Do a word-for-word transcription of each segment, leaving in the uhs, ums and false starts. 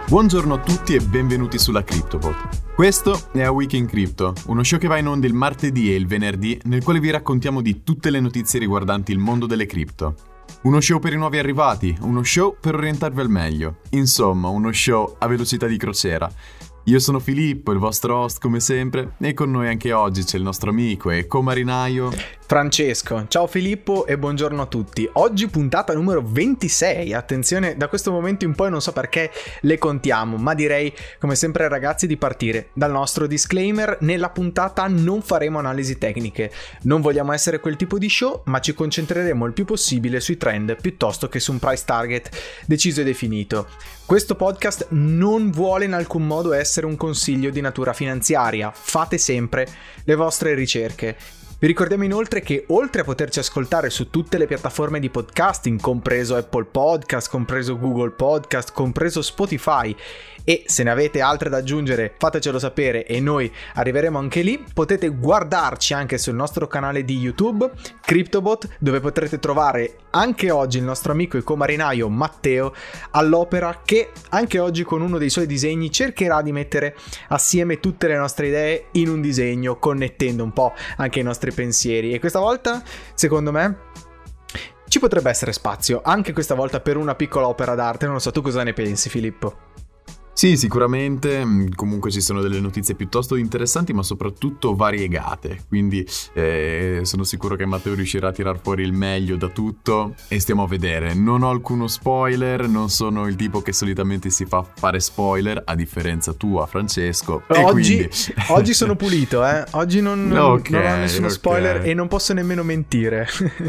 Buongiorno a tutti e benvenuti sulla CryptoBot. Questo è A Week in Crypto, uno show che va in onda il martedì e il venerdì, nel quale vi raccontiamo di tutte le notizie riguardanti il mondo delle cripto. Uno show per i nuovi arrivati, uno show per orientarvi al meglio. Insomma, uno show a velocità di crociera. Io sono Filippo, il vostro host come sempre, e con noi anche oggi c'è il nostro amico e comarinaio Francesco. Ciao Filippo e buongiorno a tutti. Oggi puntata numero ventisei. Attenzione, da questo momento in poi non so perché le contiamo, ma direi come sempre ragazzi di partire dal nostro disclaimer. Nella puntata non faremo analisi tecniche, non vogliamo essere quel tipo di show, ma ci concentreremo il più possibile sui trend piuttosto che su un price target deciso e definito. Questo podcast non vuole in alcun modo essere un consiglio di natura finanziaria, fate sempre le vostre ricerche. Vi ricordiamo inoltre che oltre a poterci ascoltare su tutte le piattaforme di podcasting, compreso Apple Podcast, compreso Google Podcast, compreso Spotify, e se ne avete altre da aggiungere fatecelo sapere e noi arriveremo anche lì, potete guardarci anche sul nostro canale di YouTube CryptoBot, dove potrete trovare anche oggi il nostro amico e comarinaio Matteo all'opera, che anche oggi con uno dei suoi disegni cercherà di mettere assieme tutte le nostre idee in un disegno, connettendo un po' anche i nostri pensieri. E questa volta secondo me ci potrebbe essere spazio anche questa volta per una piccola opera d'arte. Non lo so, tu cosa ne pensi, Filippo? Sì, sicuramente, comunque ci sono delle notizie piuttosto interessanti ma soprattutto variegate, quindi eh, sono sicuro che Matteo riuscirà a tirar fuori il meglio da tutto e stiamo a vedere. Non ho alcuno spoiler, non sono il tipo che solitamente si fa fare spoiler, a differenza tua Francesco. E oggi, quindi... oggi sono pulito, eh? Oggi non, okay, non ho nessuno okay. spoiler e non posso nemmeno mentire.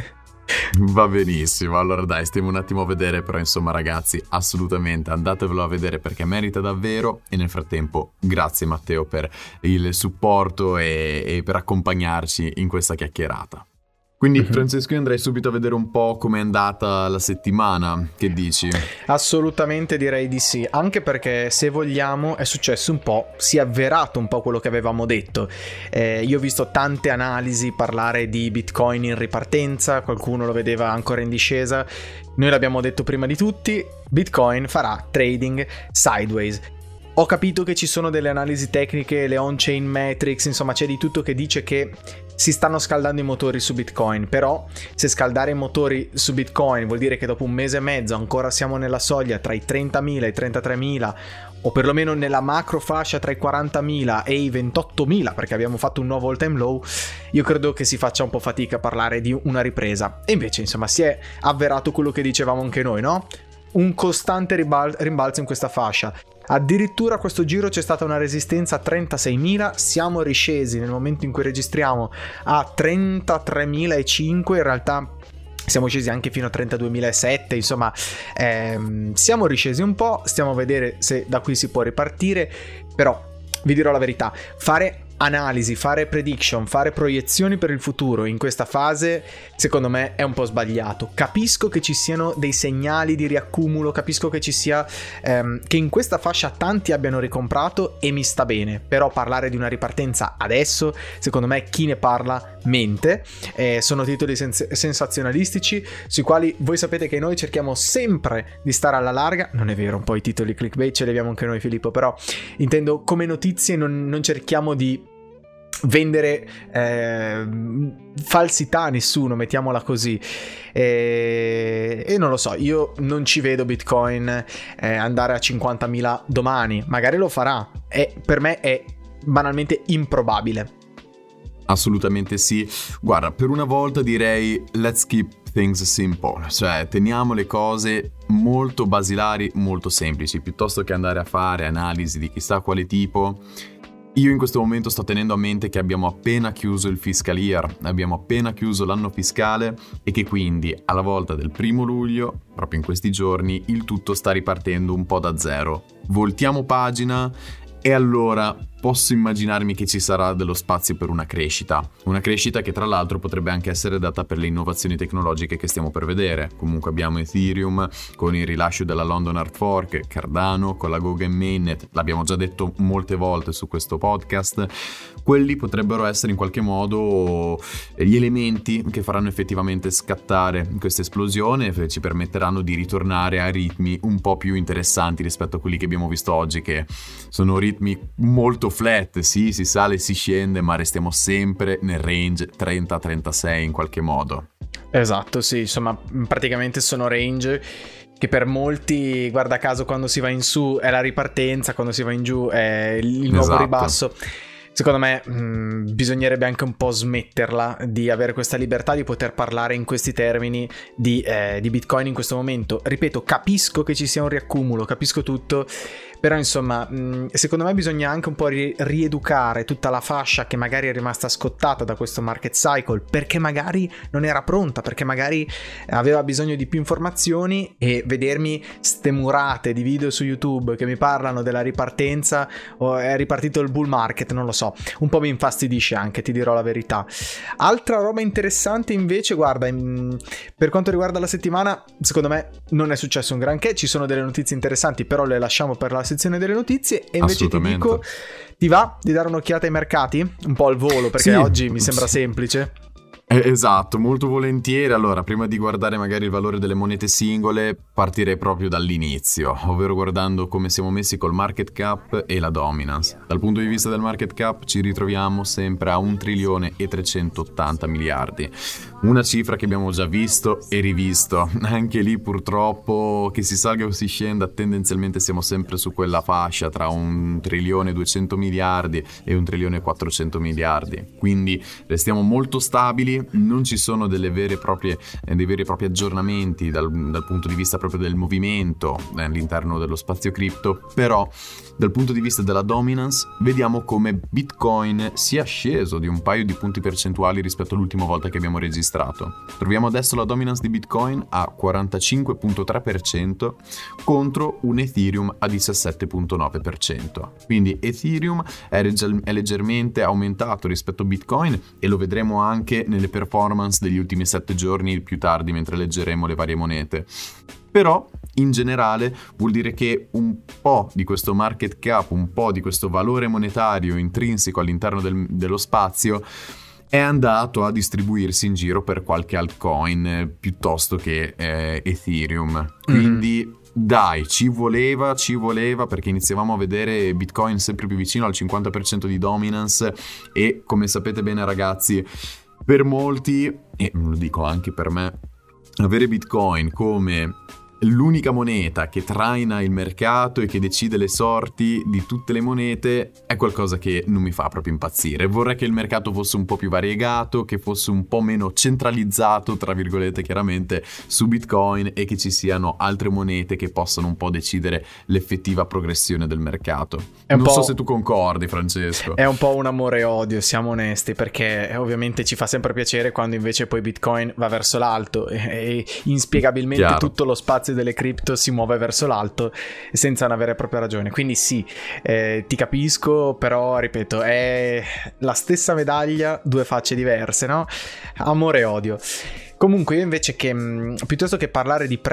Va benissimo, allora dai, stiamo un attimo a vedere, però insomma ragazzi, assolutamente andatevelo a vedere perché merita davvero. E nel frattempo grazie Matteo per il supporto e, e per accompagnarci in questa chiacchierata. Quindi uh-huh. Francesco, io andrei subito a vedere un po' com'è andata la settimana, che dici? Assolutamente direi di sì, anche perché se vogliamo è successo un po', si è avverato un po' quello che avevamo detto. Eh, io ho visto tante analisi parlare di Bitcoin in ripartenza, qualcuno lo vedeva ancora in discesa. Noi l'abbiamo detto prima di tutti, Bitcoin farà trading sideways. Ho capito che ci sono delle analisi tecniche, le on-chain metrics, insomma c'è di tutto che dice che si stanno scaldando i motori su Bitcoin, però se scaldare i motori su Bitcoin vuol dire che dopo un mese e mezzo ancora siamo nella soglia tra i trentamila e i trentatremila, o perlomeno nella macro fascia tra i quarantamila e i ventottomila, perché abbiamo fatto un nuovo all time low, io credo che si faccia un po' fatica a parlare di una ripresa. E invece insomma si è avverato quello che dicevamo anche noi, no? Un costante ribal- rimbalzo in questa fascia. Addirittura a questo giro c'è stata una resistenza a trentaseimila, siamo riscesi nel momento in cui registriamo a trentatremilacinquecento, in realtà siamo scesi anche fino a trentaduemilasettecento, insomma ehm, siamo riscesi un po', stiamo a vedere se da qui si può ripartire, però vi dirò la verità, fare analisi, fare prediction, fare proiezioni per il futuro in questa fase secondo me è un po' sbagliato. Capisco che ci siano dei segnali di riaccumulo, capisco che ci sia ehm, che in questa fascia tanti abbiano ricomprato e mi sta bene, però parlare di una ripartenza adesso secondo me chi ne parla mente. Eh, sono titoli sens- sensazionalistici sui quali voi sapete che noi cerchiamo sempre di stare alla larga. Non è vero, un po' i titoli clickbait ce li abbiamo anche noi Filippo, però intendo come notizie non, non cerchiamo di vendere eh, falsità a nessuno, mettiamola così, e, e non lo so, io non ci vedo Bitcoin eh, andare a cinquantamila domani, magari lo farà, e per me è banalmente improbabile. Assolutamente sì, guarda, per una volta direi let's keep things simple, cioè teniamo le cose molto basilari, molto semplici, piuttosto che andare a fare analisi di chissà quale tipo. Io in questo momento sto tenendo a mente che abbiamo appena chiuso il fiscal year, abbiamo appena chiuso l'anno fiscale e che quindi alla volta del primo luglio, proprio in questi giorni, il tutto sta ripartendo un po' da zero. Voltiamo pagina e allora posso immaginarmi che ci sarà dello spazio per una crescita, una crescita che tra l'altro potrebbe anche essere data per le innovazioni tecnologiche che stiamo per vedere. Comunque abbiamo Ethereum con il rilascio della London Hard Fork, Cardano con la Gauge Mainnet, l'abbiamo già detto molte volte su questo podcast. Quelli potrebbero essere in qualche modo gli elementi che faranno effettivamente scattare questa esplosione e ci permetteranno di ritornare a ritmi un po' più interessanti rispetto a quelli che abbiamo visto oggi, che sono ritmi molto flat, sì, si sale, si scende, ma restiamo sempre nel range trenta trentasei in qualche modo. Esatto, sì, insomma, praticamente sono range che per molti, guarda caso, quando si va in su è la ripartenza, quando si va in giù è il nuovo Esatto. ribasso. Secondo me mh, bisognerebbe anche un po' smetterla di avere questa libertà di poter parlare in questi termini di, eh, di Bitcoin in questo momento. Ripeto, capisco che ci sia un riaccumulo, capisco tutto, però insomma mh, secondo me bisogna anche un po' ri- rieducare tutta la fascia che magari è rimasta scottata da questo market cycle, perché magari non era pronta, perché magari aveva bisogno di più informazioni, e vedermi ste murate di video su YouTube che mi parlano della ripartenza o è ripartito il bull market, non lo so, un po' mi infastidisce anche, ti dirò la verità. Altra roba interessante invece, guarda, in, per quanto riguarda la settimana, secondo me non è successo un granché, ci sono delle notizie interessanti, però le lasciamo per la sezione delle notizie, e invece ti dico, ti va di dare un'occhiata ai mercati? Un po' al volo, perché sì, oggi mi sembra semplice. Esatto, molto volentieri. Allora, prima di guardare magari il valore delle monete singole, partirei proprio dall'inizio, ovvero guardando come siamo messi col market cap e la dominance. Dal punto di vista del market cap ci ritroviamo sempre a un trilione e trecentottanta miliardi, una cifra che abbiamo già visto e rivisto. Anche lì purtroppo, che si salga o si scenda, tendenzialmente siamo sempre su quella fascia tra un trilione e duecento miliardi e un trilione e quattrocento miliardi, quindi restiamo molto stabili. Non ci sono delle vere e proprie, eh, dei veri e propri aggiornamenti dal, dal punto di vista proprio del movimento eh, all'interno dello spazio cripto, però dal punto di vista della dominance vediamo come Bitcoin sia sceso di un paio di punti percentuali rispetto all'ultima volta che abbiamo registrato. Troviamo adesso la dominance di Bitcoin a quarantacinque virgola tre per cento contro un Ethereum a diciassette virgola nove per cento. Quindi Ethereum è, regge- è leggermente aumentato rispetto a Bitcoin, e lo vedremo anche nelle performance degli ultimi sette giorni più tardi mentre leggeremo le varie monete. Però in generale vuol dire che un po' di questo market cap, un po' di questo valore monetario intrinseco all'interno del, dello spazio è andato a distribuirsi in giro per qualche altcoin eh, piuttosto che eh, Ethereum. Quindi mm. dai, ci voleva, ci voleva, perché iniziavamo a vedere Bitcoin sempre più vicino al cinquanta per cento di dominance, e come sapete bene ragazzi, per molti, e lo dico anche per me, avere Bitcoin come l'unica moneta che traina il mercato e che decide le sorti di tutte le monete è qualcosa che non mi fa proprio impazzire. Vorrei che il mercato fosse un po' più variegato, che fosse un po' meno centralizzato, tra virgolette, chiaramente, su Bitcoin, e che ci siano altre monete che possano un po' decidere l'effettiva progressione del mercato. Non so se tu concordi, Francesco. È un po' un amore e odio, siamo onesti, perché ovviamente ci fa sempre piacere quando invece poi Bitcoin va verso l'alto e inspiegabilmente Chiaro. Tutto lo spazio delle cripto si muove verso l'alto senza una vera e propria ragione. Quindi sì, eh, ti capisco, però ripeto, è la stessa medaglia, due facce diverse, no? Amore e odio. Comunque io invece che mh, piuttosto che parlare di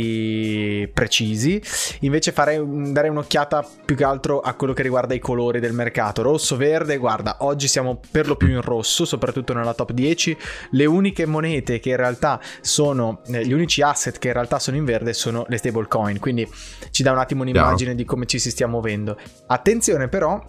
prezzi precisi, invece farei darei un'occhiata più che altro a quello che riguarda i colori del mercato, rosso, verde. Guarda, oggi siamo per lo più in rosso, soprattutto nella top dieci. Le uniche monete che in realtà sono eh, gli unici asset che in realtà sono in verde sono le stablecoin, quindi ci dà un attimo un'immagine di come ci si stia muovendo. Attenzione però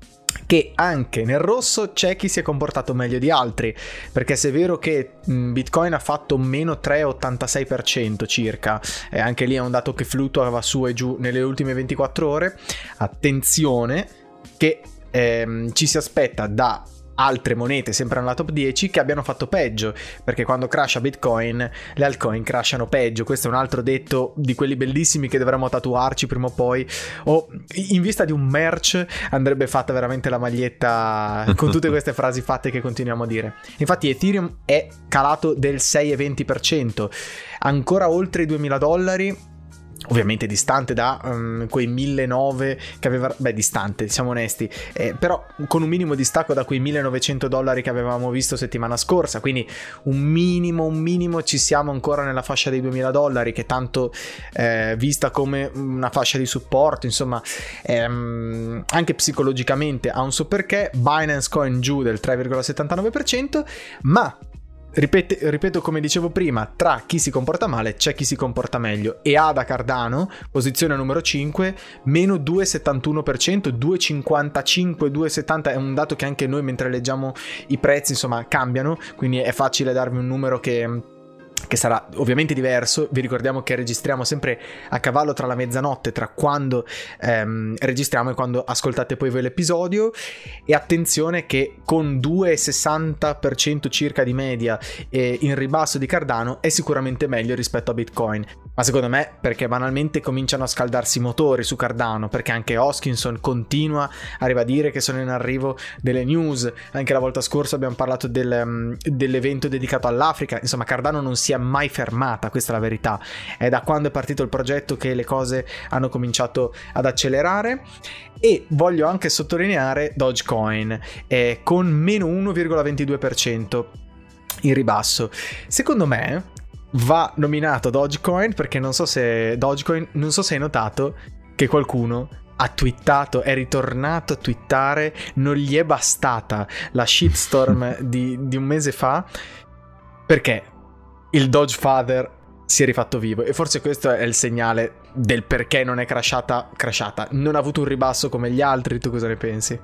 che anche nel rosso c'è chi si è comportato meglio di altri, perché se è vero che Bitcoin ha fatto meno tre virgola ottantasei per cento circa, e anche lì è un dato che fluttua, va su e giù nelle ultime ventiquattro ore, attenzione che ehm, ci si aspetta da altre monete sempre nella top dieci che abbiano fatto peggio, perché quando crasha Bitcoin le altcoin crashano peggio. Questo è un altro detto di quelli bellissimi che dovremmo tatuarci prima o poi, o in vista di un merch andrebbe fatta veramente la maglietta con tutte queste frasi fatte che continuiamo a dire. Infatti Ethereum è calato del sei virgola venti per cento, ancora oltre i duemila dollari, ovviamente distante da um, quei millenovecento che aveva, beh distante siamo onesti, eh, però con un minimo di stacco da quei millenovecento dollari che avevamo visto settimana scorsa, quindi un minimo un minimo ci siamo ancora nella fascia dei duemila dollari, che tanto eh, vista come una fascia di supporto, insomma ehm, anche psicologicamente ha un suo perché. Binance Coin giù del tre virgola settantanove per cento, ma Ripete, ripeto come dicevo prima, tra chi si comporta male c'è chi si comporta meglio, e A D A Cardano, posizione numero cinque, meno due virgola settantuno per cento, due virgola cinquantacinque, due virgola settanta, è un dato che anche noi mentre leggiamo i prezzi insomma cambiano, quindi è facile darvi un numero che... che sarà ovviamente diverso. Vi ricordiamo che registriamo sempre a cavallo tra la mezzanotte, tra quando ehm, registriamo e quando ascoltate poi voi l'episodio, e attenzione che con due virgola sessanta per cento circa di media eh, in ribasso di Cardano è sicuramente meglio rispetto a Bitcoin, ma secondo me perché banalmente cominciano a scaldarsi i motori su Cardano, perché anche Hoskinson continua a ribadire che sono in arrivo delle news. Anche la volta scorsa abbiamo parlato del, um, dell'evento dedicato all'Africa. Insomma, Cardano non si è mai fermata, questa è la verità. È da quando è partito il progetto che le cose hanno cominciato ad accelerare. E voglio anche sottolineare Dogecoin eh, con meno uno virgola ventidue per cento in ribasso. Secondo me va nominato Dogecoin perché non so se Dogecoin, non so se hai notato che qualcuno ha twittato, è ritornato a twittare, non gli è bastata la shitstorm di, di un mese fa, perché il Doge Father si è rifatto vivo, e forse questo è il segnale del perché non è crashata, crashata, non ha avuto un ribasso come gli altri. Tu cosa ne pensi?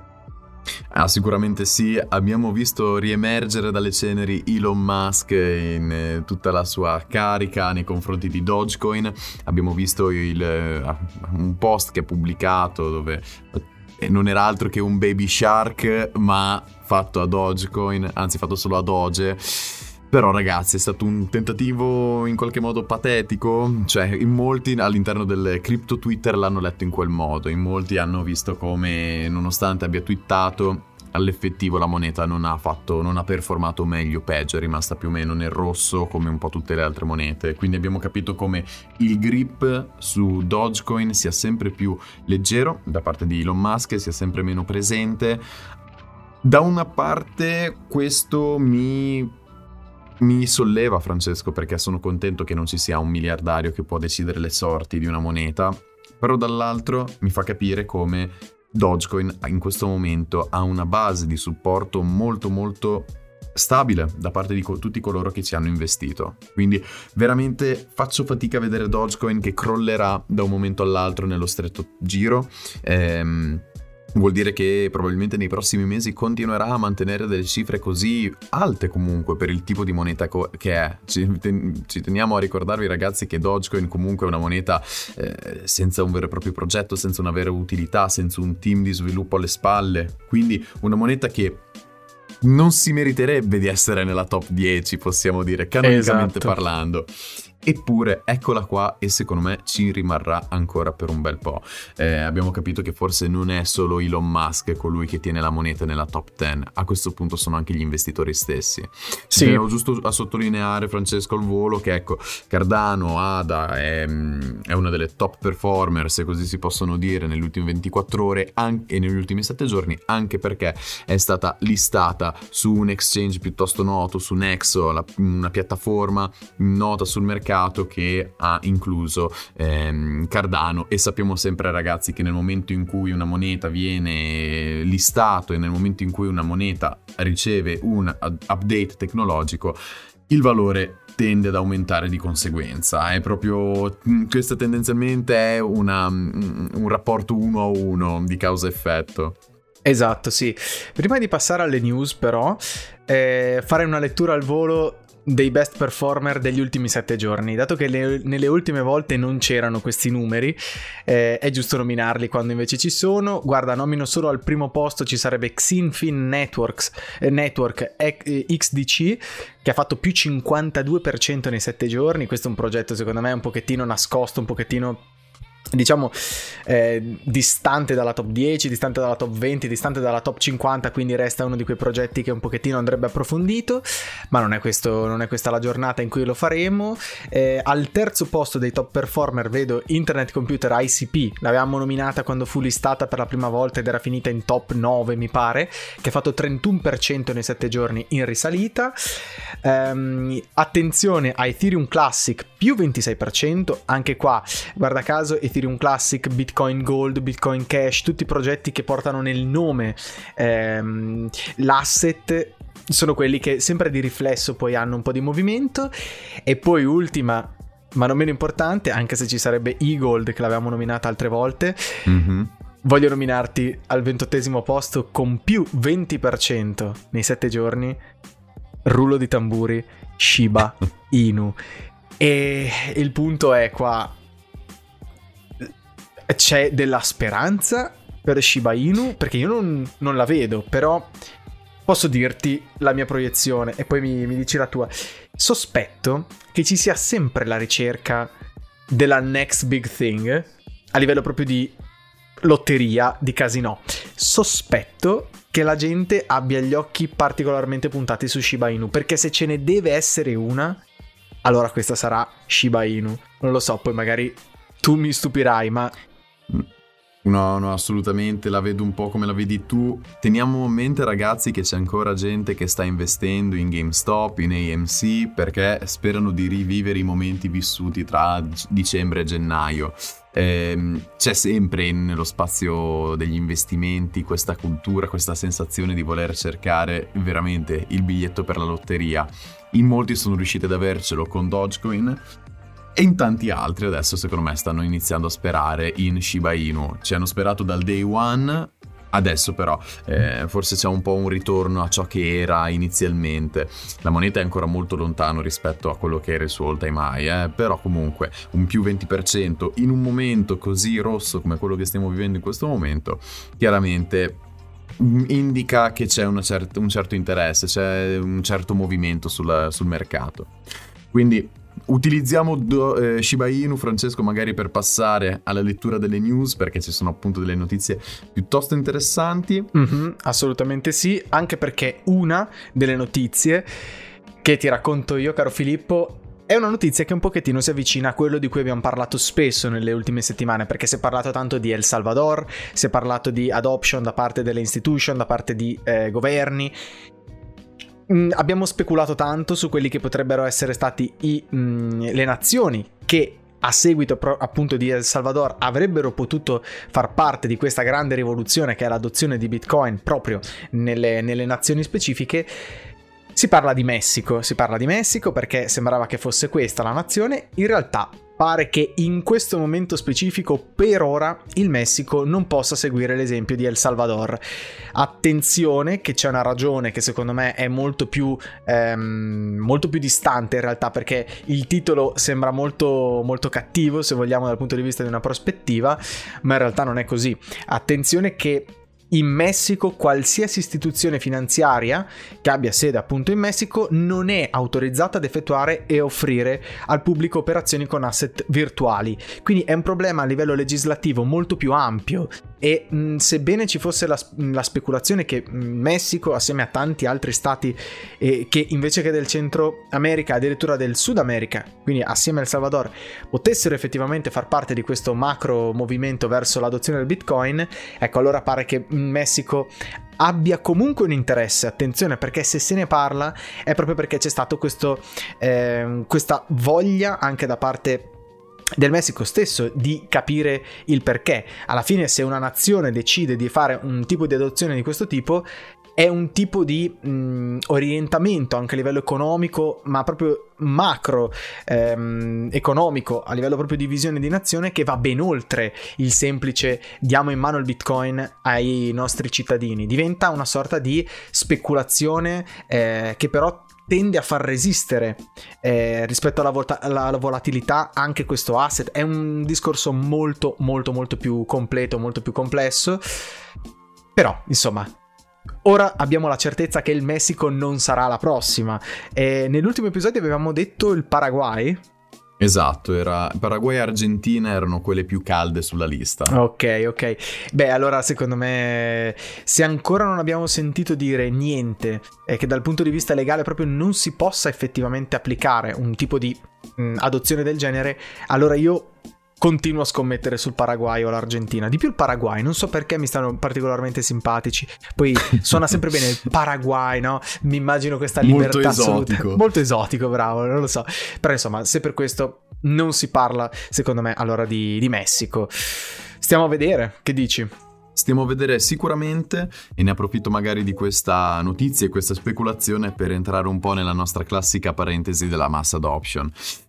Ah, sicuramente sì, abbiamo visto riemergere dalle ceneri Elon Musk in eh, tutta la sua carica nei confronti di Dogecoin. Abbiamo visto il, eh, un post che ha pubblicato dove eh, non era altro che un baby shark, ma fatto a Dogecoin, anzi fatto solo a Doge. Però ragazzi, è stato un tentativo in qualche modo patetico, cioè in molti all'interno del crypto Twitter l'hanno letto in quel modo, in molti hanno visto come nonostante abbia twittato, all'effettivo la moneta non ha fatto, non ha performato meglio o peggio, è rimasta più o meno nel rosso come un po' tutte le altre monete. Quindi abbiamo capito come il grip su Dogecoin sia sempre più leggero da parte di Elon Musk, sia sempre meno presente. Da una parte questo mi... Mi solleva, Francesco, perché sono contento che non ci sia un miliardario che può decidere le sorti di una moneta, però dall'altro mi fa capire come Dogecoin in questo momento ha una base di supporto molto molto stabile da parte di co- tutti coloro che ci hanno investito. Quindi veramente faccio fatica a vedere Dogecoin che crollerà da un momento all'altro nello stretto giro. Ehm... Vuol dire che probabilmente nei prossimi mesi continuerà a mantenere delle cifre così alte comunque per il tipo di moneta co- che è. Ci, ten- ci teniamo a ricordarvi ragazzi che Dogecoin comunque è una moneta eh, senza un vero e proprio progetto, senza una vera utilità, senza un team di sviluppo alle spalle. Quindi una moneta che non si meriterebbe di essere nella top dieci, possiamo dire, canonicamente esatto. parlando. Eppure eccola qua, e secondo me ci rimarrà ancora per un bel po'. Eh, abbiamo capito che forse non è solo Elon Musk colui che tiene la moneta nella top dieci, a questo punto sono anche gli investitori stessi. Sì. Devo giusto a sottolineare, Francesco, al volo, che ecco, Cardano, A D A è, è una delle top performer, se così si possono dire, nelle ultime ventiquattro ore anche, e negli ultimi sette giorni, anche perché è stata listata su un exchange piuttosto noto, su Nexo, la, una piattaforma nota sul mercato che ha incluso ehm, Cardano, e sappiamo sempre ragazzi che nel momento in cui una moneta viene listato e nel momento in cui una moneta riceve un update tecnologico, il valore tende ad aumentare di conseguenza. È proprio, questa tendenzialmente è una, un rapporto uno a uno di causa-effetto. Esatto, sì. Prima di passare alle news però eh, fare una lettura al volo dei best performer degli ultimi sette giorni, dato che le, nelle ultime volte non c'erano questi numeri, eh, è giusto nominarli quando invece ci sono. Guarda, nomino solo al primo posto ci sarebbe Xinfin Networks, eh, Network eh, X D C, che ha fatto più cinquantadue per cento nei sette giorni. Questo è un progetto secondo me un pochettino nascosto, un pochettino diciamo eh, distante dalla top dieci, distante dalla top venti, distante dalla top cinquanta, quindi resta uno di quei progetti che un pochettino andrebbe approfondito, ma non è, questo, non è questa la giornata in cui lo faremo. Eh, al terzo posto dei top performer vedo Internet Computer I C P, l'avevamo nominata quando fu listata per la prima volta ed era finita in top nove mi pare, che ha fatto trentuno per cento nei sette giorni in risalita. Um, attenzione a Ethereum Classic più ventisei per cento, anche qua guarda caso Ethereum Classic, Bitcoin Gold, Bitcoin Cash, tutti i progetti che portano nel nome ehm, l'asset sono quelli che sempre di riflesso poi hanno un po' di movimento. E poi ultima ma non meno importante, anche se ci sarebbe eGold che l'avevamo nominata altre volte, mm-hmm. voglio nominarti al ventottesimo posto con più venti per cento nei sette giorni, rullo di tamburi, Shiba Inu. E il punto è qua, c'è della speranza per Shiba Inu, perché io non, non la vedo, però posso dirti la mia proiezione e poi mi, mi dici la tua. Sospetto che ci sia sempre la ricerca della next big thing a livello proprio di lotteria, di casinò. Sospetto che la gente abbia gli occhi particolarmente puntati su Shiba Inu, perché se ce ne deve essere una, allora questa sarà Shiba Inu. Non lo so, poi magari tu mi stupirai, ma... No, no, assolutamente, la vedo un po' come la vedi tu. Teniamo a mente, ragazzi, che c'è ancora gente che sta investendo in GameStop, in A M C, perché sperano di rivivere i momenti vissuti tra dicembre e gennaio. Eh, c'è sempre nello spazio degli investimenti questa cultura, questa sensazione di voler cercare veramente il biglietto per la lotteria. In molti sono riusciti ad avercelo con Dogecoin, e in tanti altri adesso secondo me stanno iniziando a sperare in Shiba Inu. Ci hanno sperato dal day one, adesso però eh, forse c'è un po' un ritorno a ciò che era inizialmente. La moneta è ancora molto lontano rispetto a quello che era il suo all time high, eh? Però comunque un più venti per cento in un momento così rosso come quello che stiamo vivendo in questo momento chiaramente indica che c'è una cer- un certo interesse, c'è un certo movimento sul, sul mercato. Quindi utilizziamo do, eh, Shiba Inu, Francesco, magari per passare alla lettura delle news, perché ci sono appunto delle notizie piuttosto interessanti. Mm-hmm, assolutamente sì, anche perché una delle notizie che ti racconto io, caro Filippo, è una notizia che un pochettino si avvicina a quello di cui abbiamo parlato spesso nelle ultime settimane, perché si è parlato tanto di El Salvador, si è parlato di adoption da parte delle institution, da parte di eh, governi. Mm, abbiamo speculato tanto su quelli che potrebbero essere stati i, mm, le nazioni che a seguito pro, appunto di El Salvador avrebbero potuto far parte di questa grande rivoluzione che è l'adozione di Bitcoin proprio nelle, nelle nazioni specifiche. Si parla di Messico, si parla di Messico perché sembrava che fosse questa la nazione. In realtà pare che in questo momento specifico per ora il Messico non possa seguire l'esempio di El Salvador. Attenzione che c'è una ragione che secondo me è molto più ehm, molto più distante in realtà, perché il titolo sembra molto molto cattivo se vogliamo dal punto di vista di una prospettiva, ma in realtà non è così. Attenzione che in Messico qualsiasi istituzione finanziaria che abbia sede appunto in Messico non è autorizzata ad effettuare e offrire al pubblico operazioni con asset virtuali. Quindi è un problema a livello legislativo molto più ampio e mh, sebbene ci fosse la, la speculazione che Messico assieme a tanti altri stati eh, che invece che del Centro America addirittura del Sud America, quindi assieme al Salvador, potessero effettivamente far parte di questo macro movimento verso l'adozione del Bitcoin, ecco allora pare che in Messico abbia comunque un interesse. Attenzione, perché se se ne parla è proprio perché c'è stato questo eh, questa voglia anche da parte del Messico stesso di capire il perché. Alla fine se una nazione decide di fare un tipo di adozione di questo tipo è un tipo di mh, orientamento anche a livello economico, ma proprio macro ehm, economico, a livello proprio di visione di nazione, che va ben oltre il semplice diamo in mano il Bitcoin ai nostri cittadini. Diventa una sorta di speculazione eh, che però tende a far resistere eh, rispetto alla, vol- alla volatilità anche questo asset. È un discorso molto molto molto più completo, molto più complesso, però insomma ora abbiamo la certezza che il Messico non sarà la prossima. E nell'ultimo episodio avevamo detto il Paraguay, Esatto, era Paraguay e Argentina erano quelle più calde sulla lista. Ok, ok. Beh, allora secondo me, se ancora non abbiamo sentito dire niente e che dal punto di vista legale proprio non si possa effettivamente applicare un tipo di mh, adozione del genere, allora io continuo a scommettere sul Paraguay o l'Argentina. Di più il Paraguay, non so perché mi stanno particolarmente simpatici. Poi suona sempre bene il Paraguay, no? Mi immagino questa libertà molto assoluta. esotico. Molto esotico, bravo, non lo so. Però insomma, se per questo non si parla, secondo me, allora di, di Messico. Stiamo a vedere, che dici? Stiamo a vedere sicuramente, e ne approfitto magari di questa notizia e questa speculazione per entrare un po' nella nostra classica parentesi della mass adoption.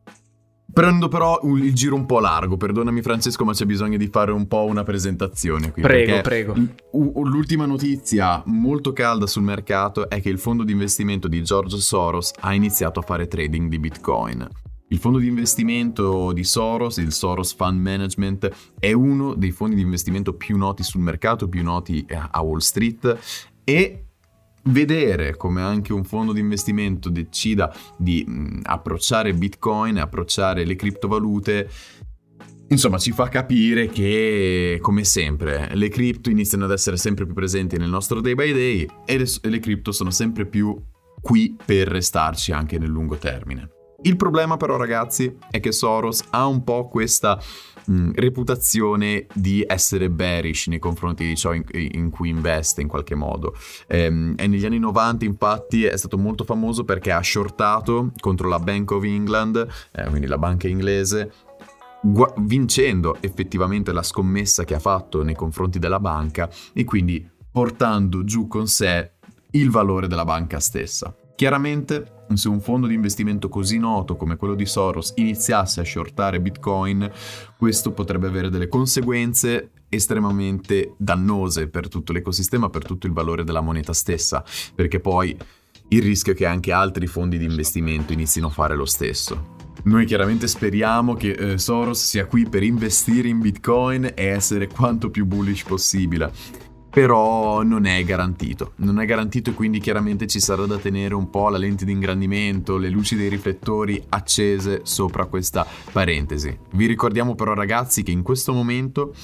Prendo però il giro un po' largo, perdonami Francesco, ma c'è bisogno di fare un po' una presentazione qui. Prego, prego. L'ultima notizia molto calda sul mercato è che il fondo di investimento di George Soros ha iniziato a fare trading di Bitcoin. Il fondo di investimento di Soros, il Soros Fund Management, è uno dei fondi di investimento più noti sul mercato, più noti a Wall Street, e vedere come anche un fondo di investimento decida di mh, approcciare Bitcoin, approcciare le criptovalute, insomma ci fa capire che, come sempre, le cripto iniziano ad essere sempre più presenti nel nostro day by day e le, e le cripto sono sempre più qui per restarci anche nel lungo termine. Il problema però, ragazzi, è che Soros ha un po' questa mh, reputazione di essere bearish nei confronti di ciò in, in cui investe in qualche modo. Ehm, e negli anni novanta, infatti, è stato molto famoso perché ha shortato contro la Bank of England, eh, quindi la banca inglese, gu- vincendo effettivamente la scommessa che ha fatto nei confronti della banca e quindi portando giù con sé il valore della banca stessa. Chiaramente, se un fondo di investimento così noto come quello di Soros iniziasse a shortare Bitcoin, questo potrebbe avere delle conseguenze estremamente dannose per tutto l'ecosistema, per tutto il valore della moneta stessa, perché poi il rischio è che anche altri fondi di investimento inizino a fare lo stesso. Noi chiaramente speriamo che eh, Soros sia qui per investire in Bitcoin e essere quanto più bullish possibile. Però non è garantito, non è garantito e quindi chiaramente ci sarà da tenere un po' la lente di ingrandimento, le luci dei riflettori accese sopra questa parentesi. Vi ricordiamo però, ragazzi, che in questo momento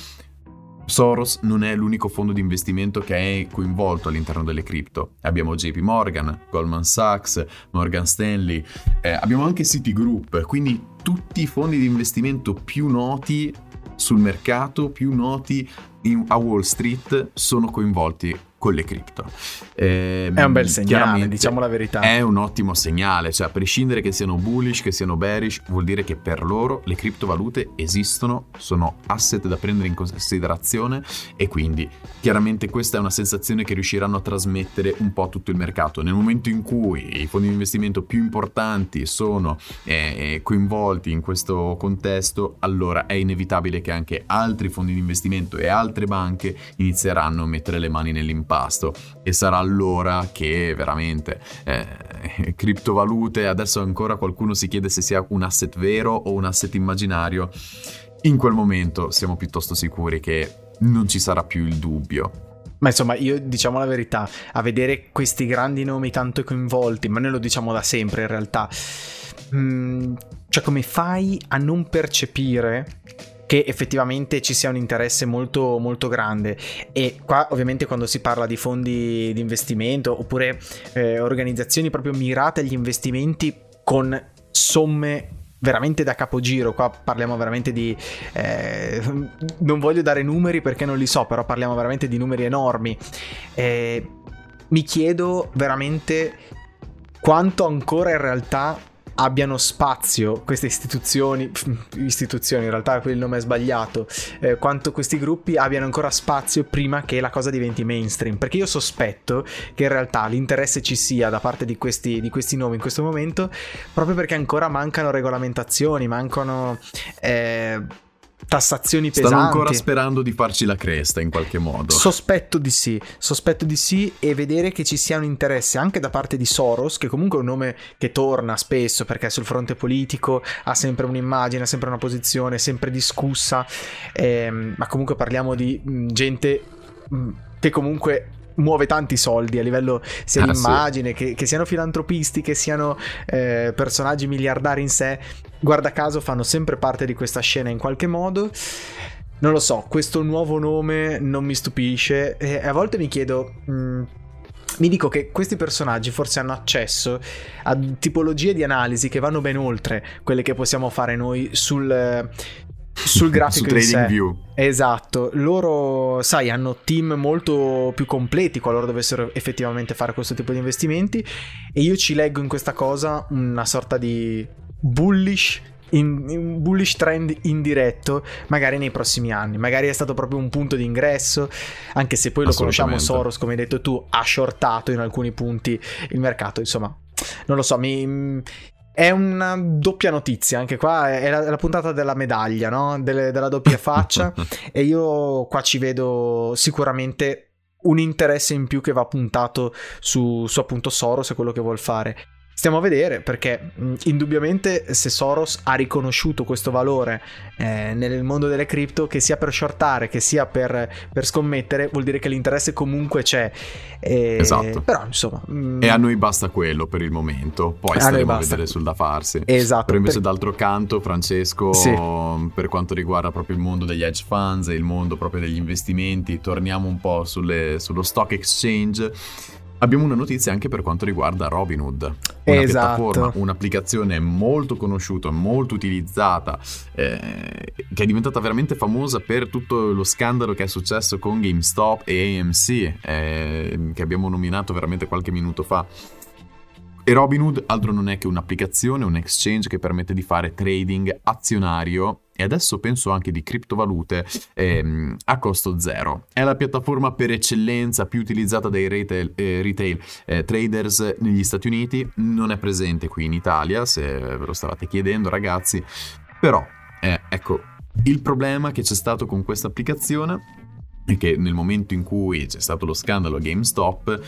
Soros non è l'unico fondo di investimento che è coinvolto all'interno delle cripto. Abbiamo J P Morgan, Goldman Sachs, Morgan Stanley, eh, abbiamo anche Citigroup, quindi tutti i fondi di investimento più noti sul mercato, più noti in, a Wall Street, sono coinvolti con le cripto. Eh, è un bel segnale, diciamo la verità. È un ottimo segnale, cioè a prescindere che siano bullish, che siano bearish, vuol dire che per loro le criptovalute esistono, sono asset da prendere in considerazione e quindi chiaramente questa è una sensazione che riusciranno a trasmettere un po' a tutto il mercato. Nel momento in cui i fondi di investimento più importanti sono eh, coinvolti in questo contesto, allora è inevitabile che anche altri fondi di investimento e altre banche inizieranno a mettere le mani nell'impasto. Pasto e sarà allora che veramente eh, criptovalute, adesso ancora qualcuno si chiede se sia un asset vero o un asset immaginario, in quel momento siamo piuttosto sicuri che non ci sarà più il dubbio. Ma insomma, io diciamo la verità, a vedere questi grandi nomi tanto coinvolti, ma noi lo diciamo da sempre in realtà, mm, cioè come fai a non percepire che effettivamente ci sia un interesse molto molto grande? E qua ovviamente quando si parla di fondi di investimento oppure eh, organizzazioni proprio mirate agli investimenti con somme veramente da capogiro, qua parliamo veramente di eh, non voglio dare numeri perché non li so, però parliamo veramente di numeri enormi. Eh, mi chiedo veramente quanto ancora in realtà abbiano spazio queste istituzioni, istituzioni in realtà il nome è sbagliato, eh, quanto questi gruppi abbiano ancora spazio prima che la cosa diventi mainstream, perché io sospetto che in realtà l'interesse ci sia da parte di questi, di questi nomi in questo momento proprio perché ancora mancano regolamentazioni, mancano eh, tassazioni pesanti. Stanno ancora sperando di farci la cresta in qualche modo. Sospetto di sì, sospetto di sì, e vedere che ci sia un interesse anche da parte di Soros, che comunque è un nome che torna spesso perché sul fronte politico ha sempre un'immagine, ha sempre una posizione, sempre discussa, ehm, ma comunque parliamo di mh, gente mh, che comunque muove tanti soldi a livello sia ah, di immagine, sì. che, che siano filantropisti, che siano eh, personaggi miliardari in sé. guarda caso fanno sempre parte di questa scena in qualche modo. Non lo so, questo nuovo nome non mi stupisce e a volte mi chiedo, mh, mi dico che questi personaggi forse hanno accesso a tipologie di analisi che vanno ben oltre quelle che possiamo fare noi sul, sul grafico su in sé. TradingView. Esatto, loro, sai, hanno team molto più completi qualora dovessero effettivamente fare questo tipo di investimenti, e io ci leggo in questa cosa una sorta di bullish In, in bullish trend indiretto magari nei prossimi anni. Magari è stato proprio un punto di ingresso, anche se poi lo conosciamo, Soros, come hai detto tu, ha shortato in alcuni punti il mercato. Insomma, non lo so, mi... è una doppia notizia anche qua, è la, è la puntata della medaglia, no? Dele, della doppia faccia. E io qua ci vedo sicuramente un interesse in più che va puntato su, su appunto Soros e quello che vuol fare. Stiamo a vedere, perché mh, indubbiamente se Soros ha riconosciuto questo valore eh, nel mondo delle cripto, che sia per shortare che sia per, per scommettere, vuol dire che l'interesse comunque c'è. E... Esatto. Però insomma... Mh... E a noi basta quello per il momento, poi a staremo a vedere sul da farsi. Esatto. Però invece per... d'altro canto, Francesco, sì, per quanto riguarda proprio il mondo degli hedge funds e il mondo proprio degli investimenti, torniamo un po' sulle, sullo stock exchange. Abbiamo una notizia anche per quanto riguarda Robinhood, una esatto. piattaforma, un'applicazione molto conosciuta, molto utilizzata, eh, che è diventata veramente famosa per tutto lo scandalo che è successo con GameStop e A M C, eh, che abbiamo nominato veramente qualche minuto fa. E Robinhood altro non è che un'applicazione, un exchange che permette di fare trading azionario e adesso penso anche di criptovalute ehm, a costo zero. È la piattaforma per eccellenza più utilizzata dai retail, eh, retail eh, traders negli Stati Uniti, non è presente qui in Italia, se ve lo stavate chiedendo ragazzi, però eh, ecco, il problema che c'è stato con questa applicazione è che nel momento in cui c'è stato lo scandalo GameStop,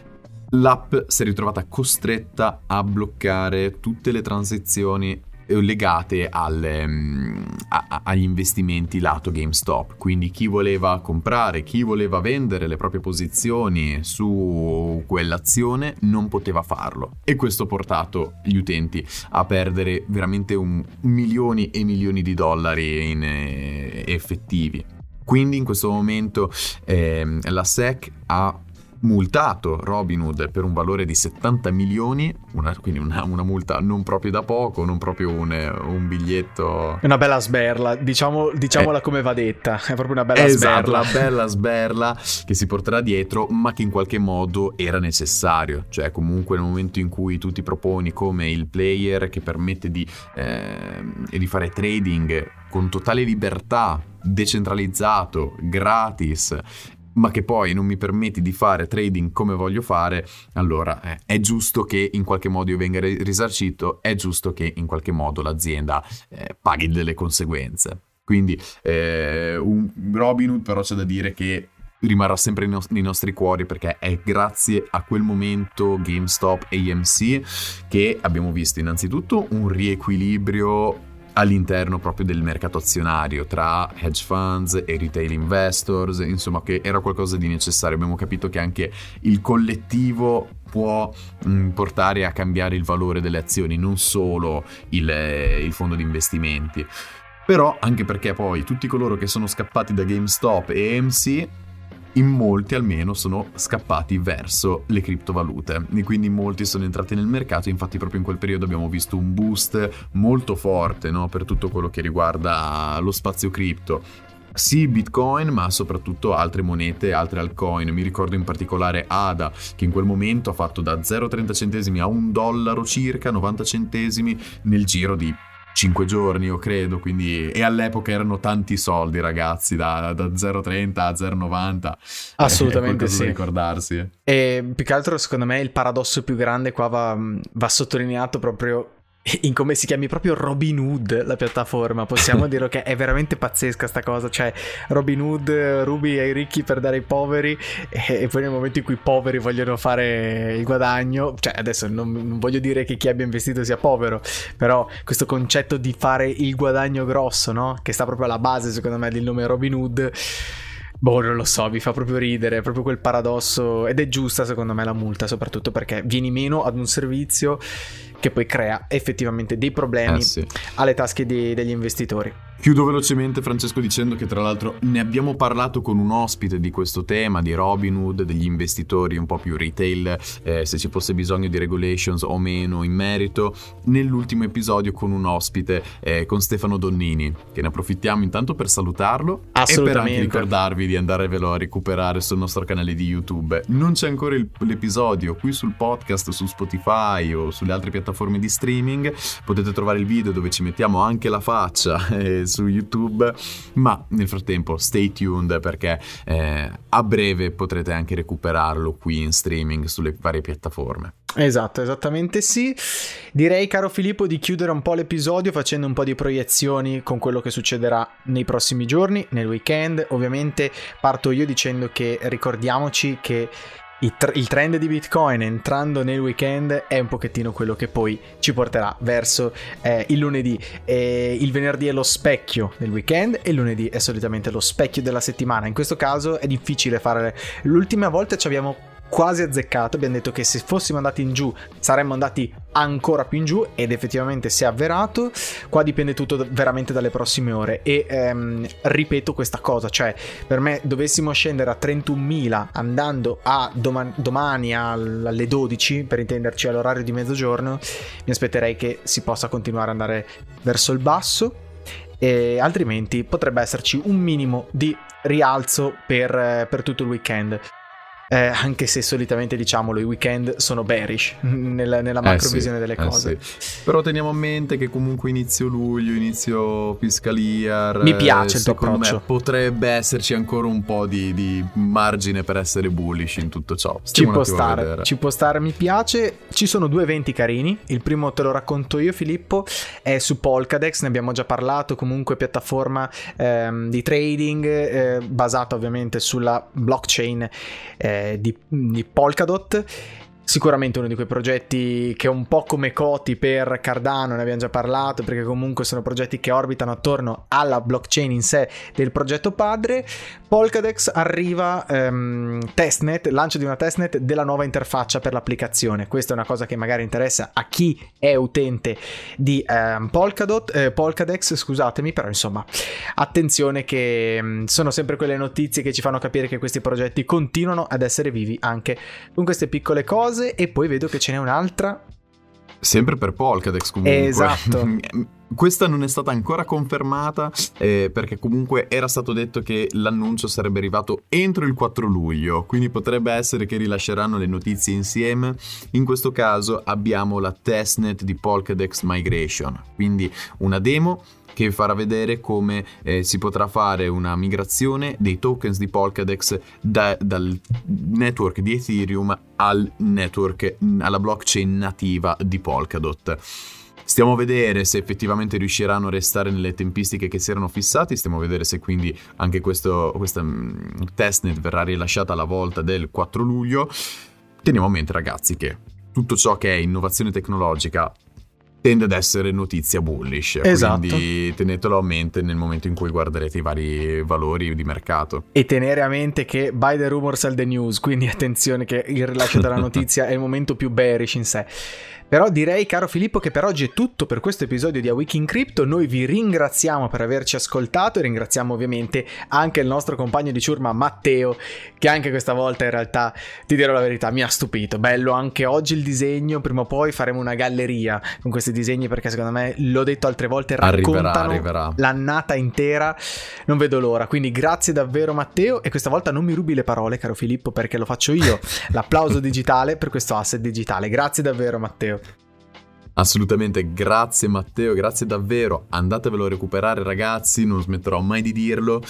l'app si è ritrovata costretta a bloccare tutte le transazioni legate alle, a, agli investimenti lato GameStop. Quindi chi voleva comprare, chi voleva vendere le proprie posizioni su quell'azione non poteva farlo, e questo ha portato gli utenti a perdere veramente un, milioni e milioni di dollari in eh, effettivi. Quindi in questo momento eh, la S E C ha multato Robinhood per un valore di settanta milioni, una, quindi una, una multa non proprio da poco, non proprio un, un biglietto... Una bella sberla, diciamo, diciamola eh, come va detta, è proprio una bella esatto, sberla. Una bella sberla che si porterà dietro, ma che in qualche modo era necessario. Cioè comunque nel momento in cui tu ti proponi come il player che permette di, eh, di fare trading con totale libertà, decentralizzato, gratis, ma che poi non mi permetti di fare trading come voglio fare, allora eh, è giusto che in qualche modo io venga risarcito, è giusto che in qualche modo l'azienda eh, paghi delle conseguenze. Quindi eh, un Robinhood però c'è da dire che rimarrà sempre nei, no- nei nostri cuori, perché è grazie a quel momento GameStop A M C che abbiamo visto innanzitutto un riequilibrio all'interno proprio del mercato azionario tra hedge funds e retail investors, insomma, che era qualcosa di necessario. Abbiamo capito che anche il collettivo può mh, portare a cambiare il valore delle azioni, non solo il, il fondo di investimenti. Però anche perché poi tutti coloro che sono scappati da GameStop e A M C, in molti almeno sono scappati verso le criptovalute, e quindi molti sono entrati nel mercato. Infatti proprio in quel periodo abbiamo visto un boost molto forte, no, per tutto quello che riguarda lo spazio cripto, sì Bitcoin ma soprattutto altre monete, altre altcoin. Mi ricordo in particolare A D A, che in quel momento ha fatto da zero virgola trenta centesimi a un dollaro circa, novanta centesimi nel giro di cinque giorni, io credo, quindi, e all'epoca erano tanti soldi, ragazzi, da, da zero virgola trenta a zero virgola novanta. Assolutamente sì, da ricordarsi. E più che altro secondo me il paradosso più grande qua va, va sottolineato proprio in come si chiami proprio Robinhood, la piattaforma. Possiamo dire che è veramente pazzesca sta cosa, cioè Robinhood, rubi ai ricchi per dare ai poveri, e, e poi nel momento in cui i poveri vogliono fare il guadagno, cioè adesso non, non voglio dire che chi abbia investito sia povero, però questo concetto di fare il guadagno grosso, no, che sta proprio alla base secondo me del nome Robinhood, Boh, non lo so, mi fa proprio ridere, è proprio quel paradosso, ed è giusta secondo me la multa, soprattutto perché vieni meno ad un servizio che poi crea effettivamente dei problemi eh sì. alle tasche di, degli investitori. Chiudo velocemente, Francesco, dicendo che tra l'altro ne abbiamo parlato con un ospite di questo tema, di Robinhood, degli investitori un po' più retail, eh, se ci fosse bisogno di regulations o meno in merito, nell'ultimo episodio con un ospite, eh, con Stefano Donnini, che ne approfittiamo intanto per salutarlo e per anche ricordarvi di andarvelo a recuperare sul nostro canale di YouTube. Non c'è ancora il, l'episodio qui sul podcast, su Spotify o sulle altre piattaforme di streaming, potete trovare il video dove ci mettiamo anche la faccia eh, su YouTube, ma nel frattempo stay tuned perché eh, a breve potrete anche recuperarlo qui in streaming sulle varie piattaforme. Esatto, esattamente sì. Direi, caro Filippo, di chiudere un po' l'episodio facendo un po' di proiezioni con quello che succederà nei prossimi giorni, nel weekend. Ovviamente parto io dicendo che ricordiamoci che il trend di Bitcoin entrando nel weekend è un pochettino quello che poi ci porterà verso eh, il lunedì. E il venerdì è lo specchio del weekend e il lunedì è solitamente lo specchio della settimana. In questo caso è difficile fare. L'ultima volta ci abbiamo quasi azzeccato, abbiamo detto che se fossimo andati in giù saremmo andati ancora più in giù ed effettivamente si è avverato. Qua dipende tutto veramente dalle prossime ore e ehm, ripeto questa cosa, cioè per me dovessimo scendere a trentunomila andando a doma- domani alle dodici, per intenderci all'orario di mezzogiorno, mi aspetterei che si possa continuare ad andare verso il basso e altrimenti potrebbe esserci un minimo di rialzo per, per tutto il weekend. Eh, anche se solitamente, diciamolo, i weekend sono bearish nella, nella macrovisione eh sì, delle cose. Eh sì. Però teniamo a mente che comunque inizio luglio, inizio fiscal year, mi piace il tuo secondo approccio. Me potrebbe esserci ancora un po' di, di margine per essere bullish in tutto ciò. Stiamo ci può stare, ci può stare, mi piace. Ci sono due eventi carini. Il primo te lo racconto io, Filippo, è su Polkadex, ne abbiamo già parlato, comunque piattaforma ehm, di trading eh, basata ovviamente sulla blockchain eh, Di, di Polkadot. Sicuramente uno di quei progetti che è un po' come Coti per Cardano, ne abbiamo già parlato, perché comunque sono progetti che orbitano attorno alla blockchain in sé del progetto padre. Polkadex arriva um, testnet, lancio di una testnet della nuova interfaccia per l'applicazione. Questa è una cosa che magari interessa a chi è utente di um, Polkadot, eh, Polkadex, scusatemi, però insomma attenzione che um, sono sempre quelle notizie che ci fanno capire che questi progetti continuano ad essere vivi anche con queste piccole cose. E poi vedo che ce n'è un'altra sempre per Polkadex comunque. Esatto. Questa non è stata ancora confermata eh, perché comunque era stato detto che l'annuncio sarebbe arrivato entro il quattro luglio, quindi potrebbe essere che rilasceranno le notizie insieme. In questo caso abbiamo la testnet di Polkadex Migration, quindi una demo che farà vedere come eh, si potrà fare una migrazione dei tokens di Polkadex da, dal network di Ethereum al network, alla blockchain nativa di Polkadot. Stiamo a vedere se effettivamente riusciranno a restare nelle tempistiche che si erano fissati, stiamo a vedere se quindi anche questo, questa um, testnet verrà rilasciata alla volta del quattro luglio. Teniamo a mente, ragazzi, che tutto ciò che è innovazione tecnologica tende ad essere notizia bullish, esatto. Quindi tenetelo a mente nel momento in cui guarderete i vari valori di mercato. E tenere a mente che by the rumor sell the news, quindi attenzione che il rilascio della notizia è il momento più bearish in sé. Però direi, caro Filippo, che per oggi è tutto per questo episodio di A Week in Crypto. Noi vi ringraziamo per averci ascoltato e ringraziamo ovviamente anche il nostro compagno di ciurma Matteo, che anche questa volta in realtà, ti dirò la verità, mi ha stupito. Bello anche oggi il disegno, prima o poi faremo una galleria con questi disegni perché secondo me, l'ho detto altre volte, raccontano arriverà, arriverà. l'annata intera. Non vedo l'ora, quindi grazie davvero Matteo, e questa volta non mi rubi le parole, caro Filippo, perché lo faccio io. L'applauso digitale per questo asset digitale. Grazie davvero Matteo. Assolutamente, grazie Matteo, grazie davvero, andatevelo a recuperare ragazzi, non smetterò mai di dirlo.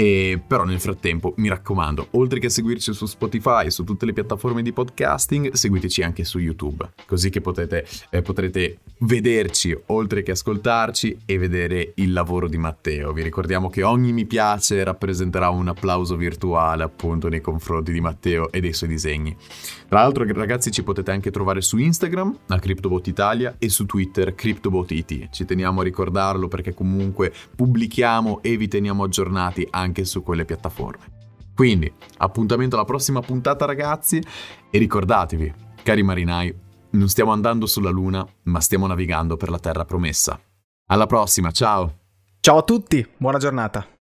E però nel frattempo mi raccomando, oltre che a seguirci su Spotify, su tutte le piattaforme di podcasting, seguiteci anche su YouTube, così che potete, eh, potrete vederci oltre che ascoltarci e vedere il lavoro di Matteo. Vi ricordiamo che ogni mi piace rappresenterà un applauso virtuale appunto nei confronti di Matteo e dei suoi disegni. Tra l'altro ragazzi ci potete anche trovare su Instagram a CryptoBot Italia e su Twitter CryptoBot I T. Ci teniamo a ricordarlo perché comunque pubblichiamo e vi teniamo aggiornati anche anche su quelle piattaforme. Quindi, appuntamento alla prossima puntata, ragazzi, e ricordatevi, cari marinai, non stiamo andando sulla Luna, ma stiamo navigando per la terra promessa. Alla prossima, ciao! Ciao a tutti, buona giornata!